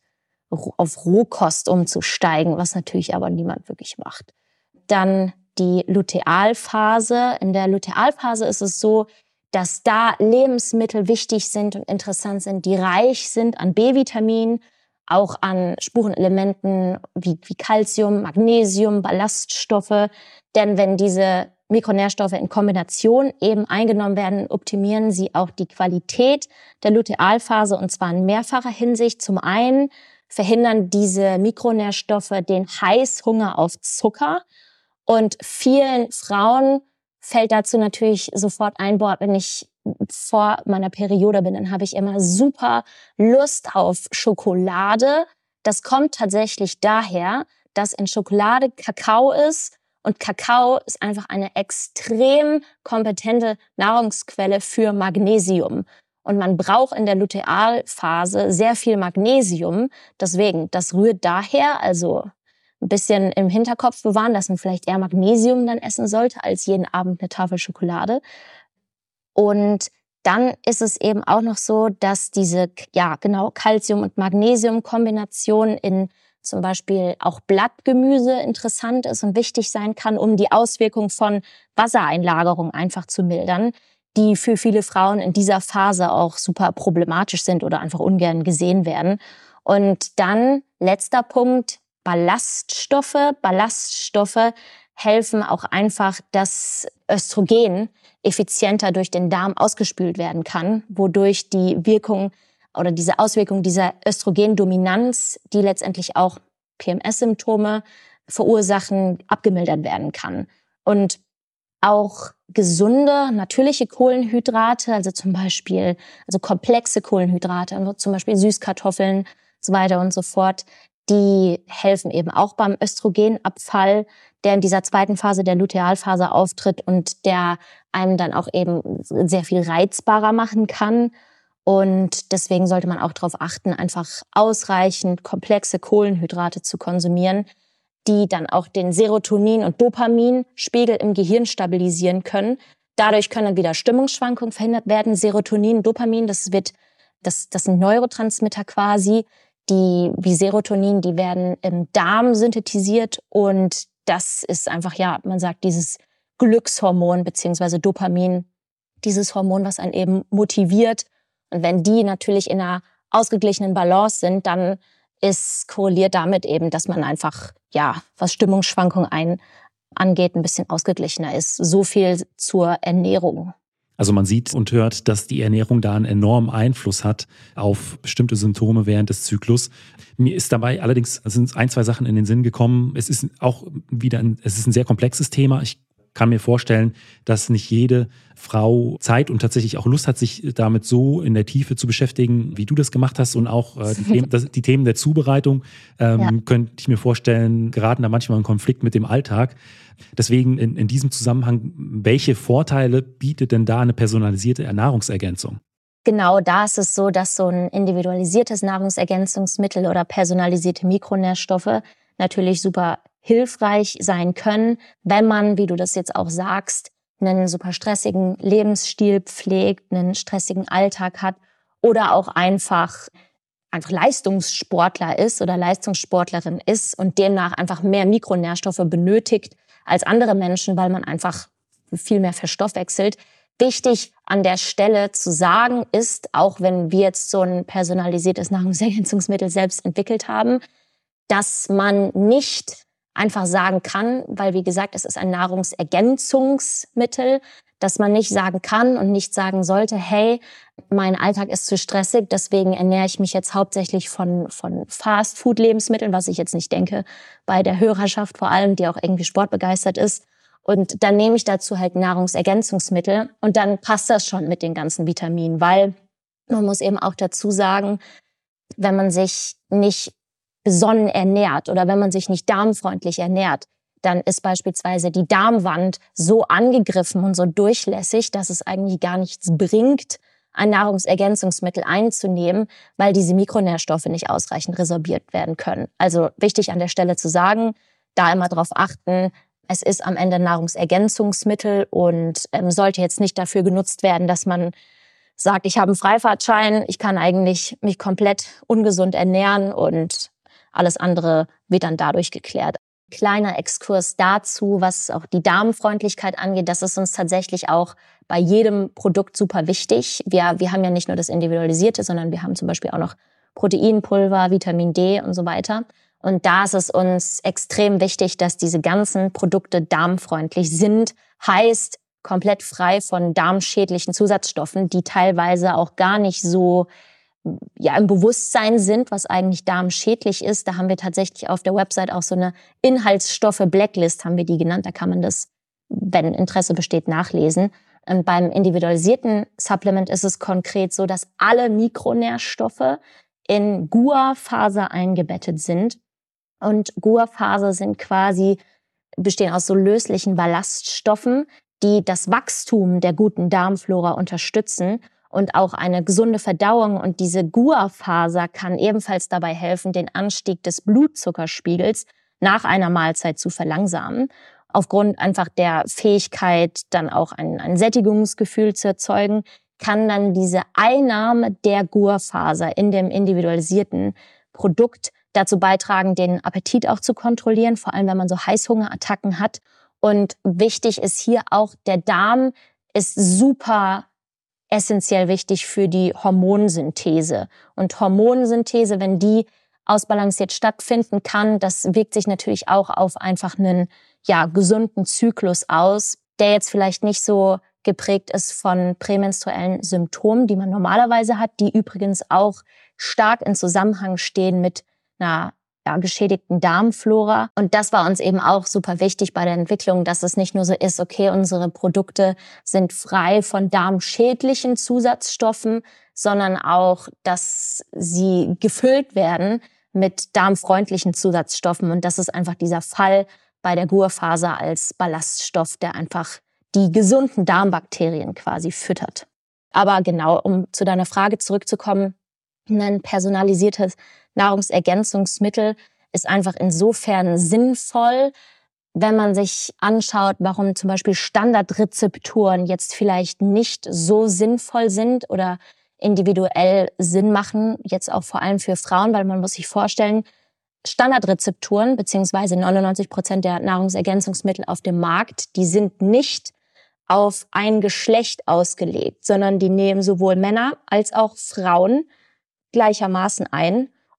auf Rohkost umzusteigen, was natürlich aber niemand wirklich macht. Dann die Lutealphase. In der Lutealphase ist es so, dass da Lebensmittel wichtig sind und interessant sind, die reich sind an B-Vitamin, auch an Spurenelementen wie, wie Calcium, Magnesium, Ballaststoffe. Denn wenn diese Mikronährstoffe in Kombination eben eingenommen werden, optimieren sie auch die Qualität der Lutealphase und zwar in mehrfacher Hinsicht. Zum einen verhindern diese Mikronährstoffe den Heißhunger auf Zucker und vielen Frauen fällt dazu natürlich sofort ein, boah, wenn ich vor meiner Periode bin, dann habe ich immer super Lust auf Schokolade. Das kommt tatsächlich daher, dass in Schokolade Kakao ist und Kakao ist einfach eine extrem kompetente Nahrungsquelle für Magnesium. Und man braucht in der Lutealphase sehr viel Magnesium. Deswegen, das rührt daher, also ein bisschen im Hinterkopf bewahren, dass man vielleicht eher Magnesium dann essen sollte, als jeden Abend eine Tafel Schokolade. Und dann ist es eben auch noch so, dass diese, ja genau, Calcium- und Magnesium-Kombination in zum Beispiel auch Blattgemüse interessant ist und wichtig sein kann, um die Auswirkung von Wassereinlagerung einfach zu mildern, die für viele Frauen in dieser Phase auch super problematisch sind oder einfach ungern gesehen werden. Und dann, letzter Punkt, Ballaststoffe. Ballaststoffe helfen auch einfach, dass Östrogen effizienter durch den Darm ausgespült werden kann, wodurch die Wirkung oder diese Auswirkung dieser Östrogendominanz, die letztendlich auch P M S-Symptome verursachen, abgemildert werden kann. Und auch gesunde, natürliche Kohlenhydrate, also zum Beispiel also komplexe Kohlenhydrate, also zum Beispiel Süßkartoffeln, so weiter und so fort, die helfen eben auch beim Östrogenabfall, der in dieser zweiten Phase der Lutealphase auftritt und der einem dann auch eben sehr viel reizbarer machen kann. Und deswegen sollte man auch darauf achten, einfach ausreichend komplexe Kohlenhydrate zu konsumieren, die dann auch den Serotonin- und Dopaminspiegel im Gehirn stabilisieren können. Dadurch können dann wieder Stimmungsschwankungen verhindert werden. Serotonin, Dopamin, das wird, das, das sind Neurotransmitter quasi, die wie Serotonin, die werden im Darm synthetisiert und das ist einfach, ja, man sagt dieses Glückshormon beziehungsweise Dopamin, dieses Hormon, was einen eben motiviert. Und wenn die natürlich in einer ausgeglichenen Balance sind, dann ist korreliert damit eben, dass man einfach, ja, was Stimmungsschwankungen ein, angeht, ein bisschen ausgeglichener ist. So viel zur Ernährung. Also man sieht und hört, dass die Ernährung da einen enormen Einfluss hat auf bestimmte Symptome während des Zyklus. Mir ist dabei allerdings sind ein, zwei Sachen in den Sinn gekommen. Es ist auch wieder ein, es ist ein sehr komplexes Thema. Ich kann mir vorstellen, dass nicht jede Frau Zeit und tatsächlich auch Lust hat, sich damit so in der Tiefe zu beschäftigen, wie du das gemacht hast. Und auch äh, die, Themen, das, die Themen der Zubereitung, ähm, ja. könnte ich mir vorstellen, geraten da manchmal in Konflikt mit dem Alltag. Deswegen in, in diesem Zusammenhang, welche Vorteile bietet denn da eine personalisierte Nahrungsergänzung? Genau, da ist es so, dass so ein individualisiertes Nahrungsergänzungsmittel oder personalisierte Mikronährstoffe natürlich super hilfreich sein können, wenn man, wie du das jetzt auch sagst, einen super stressigen Lebensstil pflegt, einen stressigen Alltag hat oder auch einfach, einfach Leistungssportler ist oder Leistungssportlerin ist und demnach einfach mehr Mikronährstoffe benötigt als andere Menschen, weil man einfach viel mehr verstoffwechselt. Wichtig an der Stelle zu sagen ist, auch wenn wir jetzt so ein personalisiertes Nahrungsergänzungsmittel selbst entwickelt haben, dass man nicht einfach sagen kann, weil wie gesagt, es ist ein Nahrungsergänzungsmittel, dass man nicht sagen kann und nicht sagen sollte, hey, mein Alltag ist zu stressig, deswegen ernähre ich mich jetzt hauptsächlich von, von Fast-Food-Lebensmitteln, was ich jetzt nicht denke, bei der Hörerschaft vor allem, die auch irgendwie sportbegeistert ist. Und dann nehme ich dazu halt Nahrungsergänzungsmittel und dann passt das schon mit den ganzen Vitaminen, weil man muss eben auch dazu sagen, wenn man sich nicht besonnen ernährt oder wenn man sich nicht darmfreundlich ernährt, dann ist beispielsweise die Darmwand so angegriffen und so durchlässig, dass es eigentlich gar nichts bringt, ein Nahrungsergänzungsmittel einzunehmen, weil diese Mikronährstoffe nicht ausreichend resorbiert werden können. Also wichtig an der Stelle zu sagen, da immer drauf achten, es ist am Ende ein Nahrungsergänzungsmittel und ähm, sollte jetzt nicht dafür genutzt werden, dass man sagt, ich habe einen Freifahrtschein, ich kann eigentlich mich komplett ungesund ernähren und alles andere wird dann dadurch geklärt. Kleiner Exkurs dazu, was auch die Darmfreundlichkeit angeht, das ist uns tatsächlich auch bei jedem Produkt super wichtig. Wir, wir haben ja nicht nur das Individualisierte, sondern wir haben zum Beispiel auch noch Proteinpulver, Vitamin D und so weiter. Und da ist es uns extrem wichtig, dass diese ganzen Produkte darmfreundlich sind. Heißt, komplett frei von darmschädlichen Zusatzstoffen, die teilweise auch gar nicht so ja im Bewusstsein sind, was eigentlich darmschädlich ist. Da haben wir tatsächlich auf der Website auch so eine Inhaltsstoffe-Blacklist, haben wir die genannt. Da kann man das, wenn Interesse besteht, nachlesen. Und beim individualisierten Supplement ist es konkret so, dass alle Mikronährstoffe in Guar-Faser eingebettet sind. Und Guar-Faser sind quasi, bestehen aus so löslichen Ballaststoffen, die das Wachstum der guten Darmflora unterstützen und auch eine gesunde Verdauung. Und diese Guar-Faser kann ebenfalls dabei helfen, den Anstieg des Blutzuckerspiegels nach einer Mahlzeit zu verlangsamen. Aufgrund einfach der Fähigkeit, dann auch ein, ein Sättigungsgefühl zu erzeugen, kann dann diese Einnahme der Guar-Faser in dem individualisierten Produkt dazu beitragen, den Appetit auch zu kontrollieren, vor allem wenn man so Heißhungerattacken hat. Und wichtig ist hier auch, der Darm ist super essentiell wichtig für die Hormonsynthese. Und Hormonsynthese, wenn die ausbalanciert stattfinden kann, das wirkt sich natürlich auch auf einfach einen ja, gesunden Zyklus aus, der jetzt vielleicht nicht so geprägt ist von prämenstruellen Symptomen, die man normalerweise hat, die übrigens auch stark in Zusammenhang stehen mit einer ja, geschädigten Darmflora. Und das war uns eben auch super wichtig bei der Entwicklung, dass es nicht nur so ist, okay, unsere Produkte sind frei von darmschädlichen Zusatzstoffen, sondern auch, dass sie gefüllt werden mit darmfreundlichen Zusatzstoffen. Und das ist einfach dieser Fall bei der Guar-Faser als Ballaststoff, der einfach die gesunden Darmbakterien quasi füttert. Aber genau, um zu deiner Frage zurückzukommen, ein personalisiertes Nahrungsergänzungsmittel ist einfach insofern sinnvoll, wenn man sich anschaut, warum zum Beispiel Standardrezepturen jetzt vielleicht nicht so sinnvoll sind oder individuell Sinn machen, jetzt auch vor allem für Frauen, weil man muss sich vorstellen, Standardrezepturen beziehungsweise neunundneunzig Prozent der Nahrungsergänzungsmittel auf dem Markt, die sind nicht auf ein Geschlecht ausgelegt, sondern die nehmen sowohl Männer als auch Frauen gleichermaßen ein.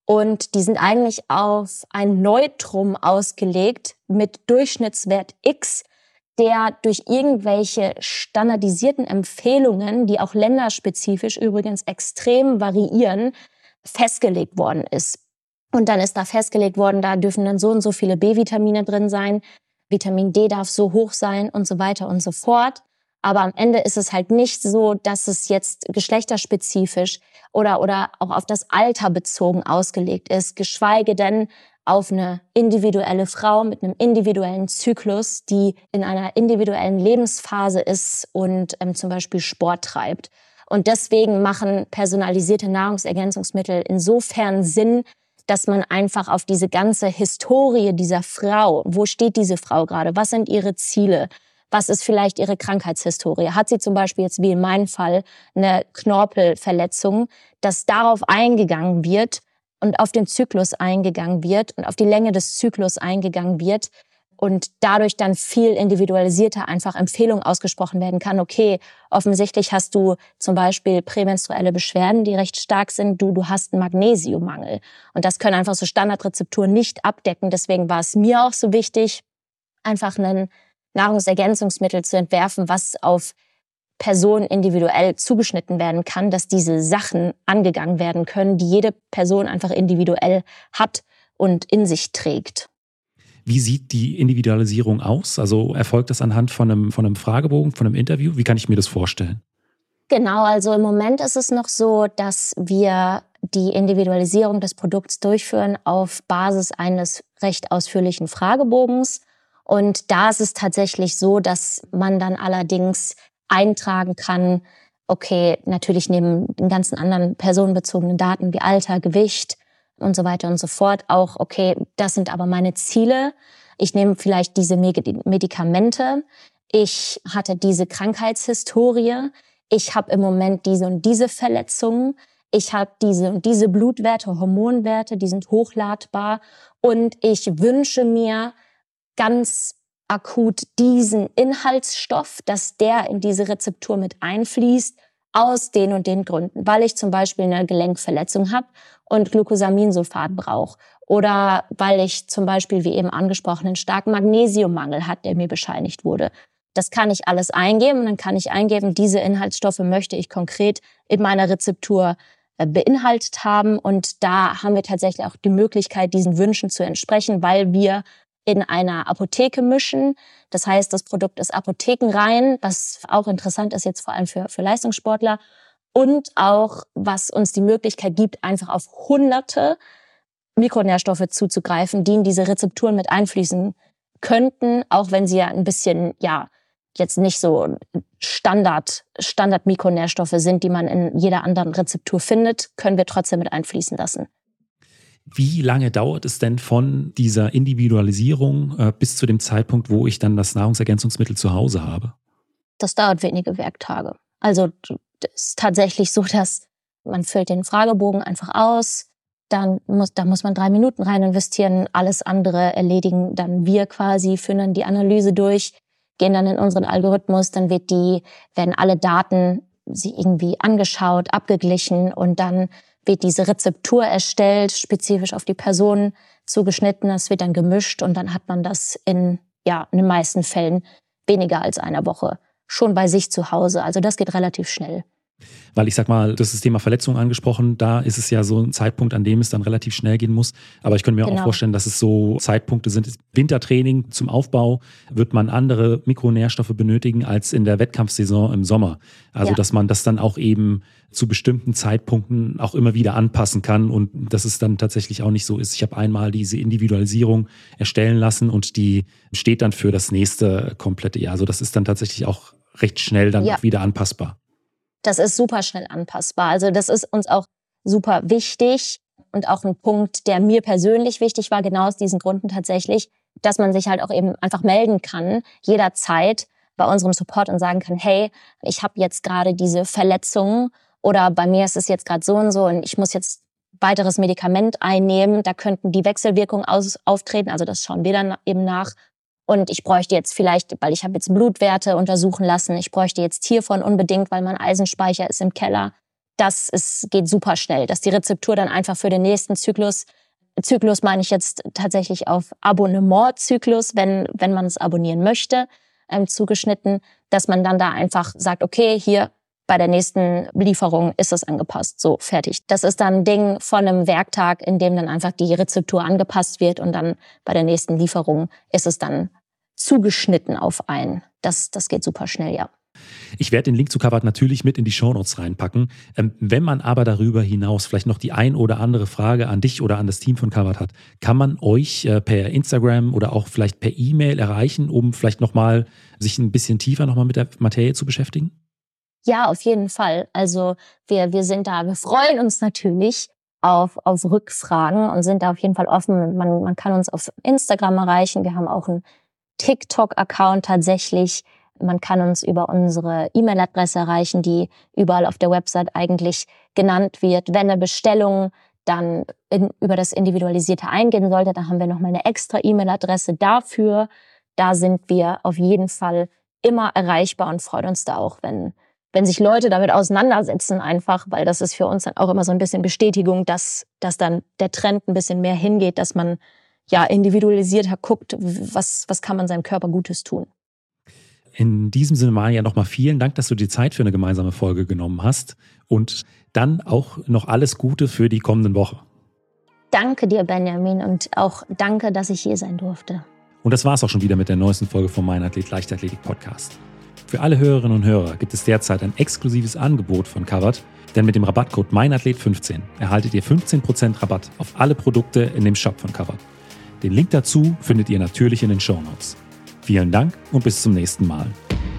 Und die sind eigentlich auf ein Neutrum ausgelegt mit Durchschnittswert X, der durch irgendwelche standardisierten Empfehlungen, die auch länderspezifisch übrigens extrem variieren, festgelegt worden ist. Und dann ist da festgelegt worden, da dürfen dann so und so viele B-Vitamine drin sein, Vitamin D darf so hoch sein und so weiter und so fort. Aber am Ende ist es halt nicht so, dass es jetzt geschlechterspezifisch oder, oder auch auf das Alter bezogen ausgelegt ist, geschweige denn auf eine individuelle Frau mit einem individuellen Zyklus, die in einer individuellen Lebensphase ist und ähm, zum Beispiel Sport treibt. Und deswegen machen personalisierte Nahrungsergänzungsmittel insofern Sinn, dass man einfach auf diese ganze Historie dieser Frau, wo steht diese Frau gerade, was sind ihre Ziele, was ist vielleicht ihre Krankheitshistorie, hat sie zum Beispiel jetzt wie in meinem Fall eine Knorpelverletzung, dass darauf eingegangen wird und auf den Zyklus eingegangen wird und auf die Länge des Zyklus eingegangen wird und dadurch dann viel individualisierter einfach Empfehlungen ausgesprochen werden kann. Okay, offensichtlich hast du zum Beispiel prämenstruelle Beschwerden, die recht stark sind. Du, du hast einen Magnesiummangel. Und das können einfach so Standardrezepturen nicht abdecken. Deswegen war es mir auch so wichtig, einfach ein Nahrungsergänzungsmittel zu entwerfen, was auf Personen individuell zugeschnitten werden kann, dass diese Sachen angegangen werden können, die jede Person einfach individuell hat und in sich trägt. Wie sieht die Individualisierung aus? Also erfolgt das anhand von einem, von einem Fragebogen, von einem Interview? Wie kann ich mir das vorstellen? Genau, also im Moment ist es noch so, dass wir die Individualisierung des Produkts durchführen auf Basis eines recht ausführlichen Fragebogens. Und da ist es tatsächlich so, dass man dann allerdings eintragen kann, okay, natürlich neben den ganzen anderen personenbezogenen Daten wie Alter, Gewicht und so weiter und so fort, auch, okay, das sind aber meine Ziele. Ich nehme vielleicht diese Medikamente. Ich hatte diese Krankheitshistorie. Ich habe im Moment diese und diese Verletzungen. Ich habe diese und diese Blutwerte, Hormonwerte, die sind hochladbar. Und ich wünsche mir ganz akut diesen Inhaltsstoff, dass der in diese Rezeptur mit einfließt, aus den und den Gründen, weil ich zum Beispiel eine Gelenkverletzung habe und Glucosaminsulfat brauche oder weil ich zum Beispiel, wie eben angesprochen, einen starken Magnesiummangel hat, der mir bescheinigt wurde. Das kann ich alles eingeben und dann kann ich eingeben, diese Inhaltsstoffe möchte ich konkret in meiner Rezeptur beinhaltet haben und da haben wir tatsächlich auch die Möglichkeit, diesen Wünschen zu entsprechen, weil wir in einer Apotheke mischen. Das heißt, das Produkt ist apothekenrein, was auch interessant ist jetzt vor allem für, für Leistungssportler. Und auch, was uns die Möglichkeit gibt, einfach auf hunderte Mikronährstoffe zuzugreifen, die in diese Rezepturen mit einfließen könnten, auch wenn sie ja ein bisschen, ja, jetzt nicht so Standard, Standard-Mikronährstoffe sind, die man in jeder anderen Rezeptur findet, können wir trotzdem mit einfließen lassen. Wie lange dauert es denn von dieser Individualisierung äh, bis zu dem Zeitpunkt, wo ich dann das Nahrungsergänzungsmittel zu Hause habe? Das dauert wenige Werktage. Also es ist tatsächlich so, dass man füllt den Fragebogen einfach aus, dann muss, da muss man drei Minuten rein investieren, alles andere erledigen dann wir quasi, führen dann die Analyse durch, gehen dann in unseren Algorithmus, dann wird die, werden alle Daten sie irgendwie angeschaut, abgeglichen und dann wird diese Rezeptur erstellt, spezifisch auf die Person zugeschnitten, das wird dann gemischt und dann hat man das in, ja, in den meisten Fällen weniger als einer Woche schon bei sich zu Hause. Also das geht relativ schnell. Weil ich sag mal, das ist das Thema Verletzung angesprochen, da ist es ja so ein Zeitpunkt, an dem es dann relativ schnell gehen muss. Aber ich könnte mir genau. auch vorstellen, dass es so Zeitpunkte sind. Wintertraining zum Aufbau wird man andere Mikronährstoffe benötigen als in der Wettkampfsaison im Sommer. Also ja. dass man das dann auch eben zu bestimmten Zeitpunkten auch immer wieder anpassen kann und dass es dann tatsächlich auch nicht so ist. Ich habe einmal diese Individualisierung erstellen lassen und die steht dann für das nächste komplette Jahr. Also das ist dann tatsächlich auch recht schnell dann ja. auch wieder anpassbar. Das ist super schnell anpassbar. Also das ist uns auch super wichtig und auch ein Punkt, der mir persönlich wichtig war, genau aus diesen Gründen tatsächlich, dass man sich halt auch eben einfach melden kann, jederzeit bei unserem Support und sagen kann, hey, ich habe jetzt gerade diese Verletzung oder bei mir ist es jetzt gerade so und so und ich muss jetzt weiteres Medikament einnehmen. Da könnten die Wechselwirkungen aus, auftreten, also das schauen wir dann eben nach. Und ich bräuchte jetzt vielleicht, weil ich habe jetzt Blutwerte untersuchen lassen, ich bräuchte jetzt hiervon unbedingt, weil mein Eisenspeicher ist im Keller. das ist, geht super schnell, dass die Rezeptur dann einfach für den nächsten Zyklus, Zyklus meine ich jetzt tatsächlich auf Abonnementzyklus, wenn, wenn man es abonnieren möchte, ähm, zugeschnitten, dass man dann da einfach sagt, okay, hier bei der nächsten Lieferung ist es angepasst, so fertig. Das ist dann ein Ding von einem Werktag, in dem dann einfach die Rezeptur angepasst wird und dann bei der nächsten Lieferung ist es dann zugeschnitten auf einen. Das, das geht super schnell, ja. Ich werde den Link zu Covered natürlich mit in die Shownotes reinpacken. Ähm, wenn man aber darüber hinaus vielleicht noch die ein oder andere Frage an dich oder an das Team von Covered hat, kann man euch äh, per Instagram oder auch vielleicht per E-Mail erreichen, um vielleicht nochmal sich ein bisschen tiefer nochmal mit der Materie zu beschäftigen? Ja, auf jeden Fall. Also wir, wir sind da, wir freuen uns natürlich auf, auf Rückfragen und sind da auf jeden Fall offen. Man, man kann uns auf Instagram erreichen. Wir haben auch einen TikTok-Account tatsächlich. Man kann uns über unsere E-Mail-Adresse erreichen, die überall auf der Website eigentlich genannt wird. Wenn eine Bestellung dann in, über das Individualisierte eingehen sollte, dann haben wir nochmal eine extra E-Mail-Adresse dafür. Da sind wir auf jeden Fall immer erreichbar und freuen uns da auch, wenn, wenn sich Leute damit auseinandersetzen einfach, weil das ist für uns dann auch immer so ein bisschen Bestätigung, dass, dass dann der Trend ein bisschen mehr hingeht, dass man ja individualisierter guckt, was, was kann man seinem Körper Gutes tun. In diesem Sinne, Maja, nochmal vielen Dank, dass du dir Zeit für eine gemeinsame Folge genommen hast und dann auch noch alles Gute für die kommende Woche. Danke dir, Benjamin, und auch danke, dass ich hier sein durfte. Und das war es auch schon wieder mit der neuesten Folge vom Mein Athlet Leichtathletik Podcast. Für alle Hörerinnen und Hörer gibt es derzeit ein exklusives Angebot von Covered, denn mit dem Rabattcode Meinathlet fünfzehn erhaltet ihr fünfzehn Prozent Rabatt auf alle Produkte in dem Shop von Covered. Den Link dazu findet ihr natürlich in den Shownotes. Vielen Dank und bis zum nächsten Mal.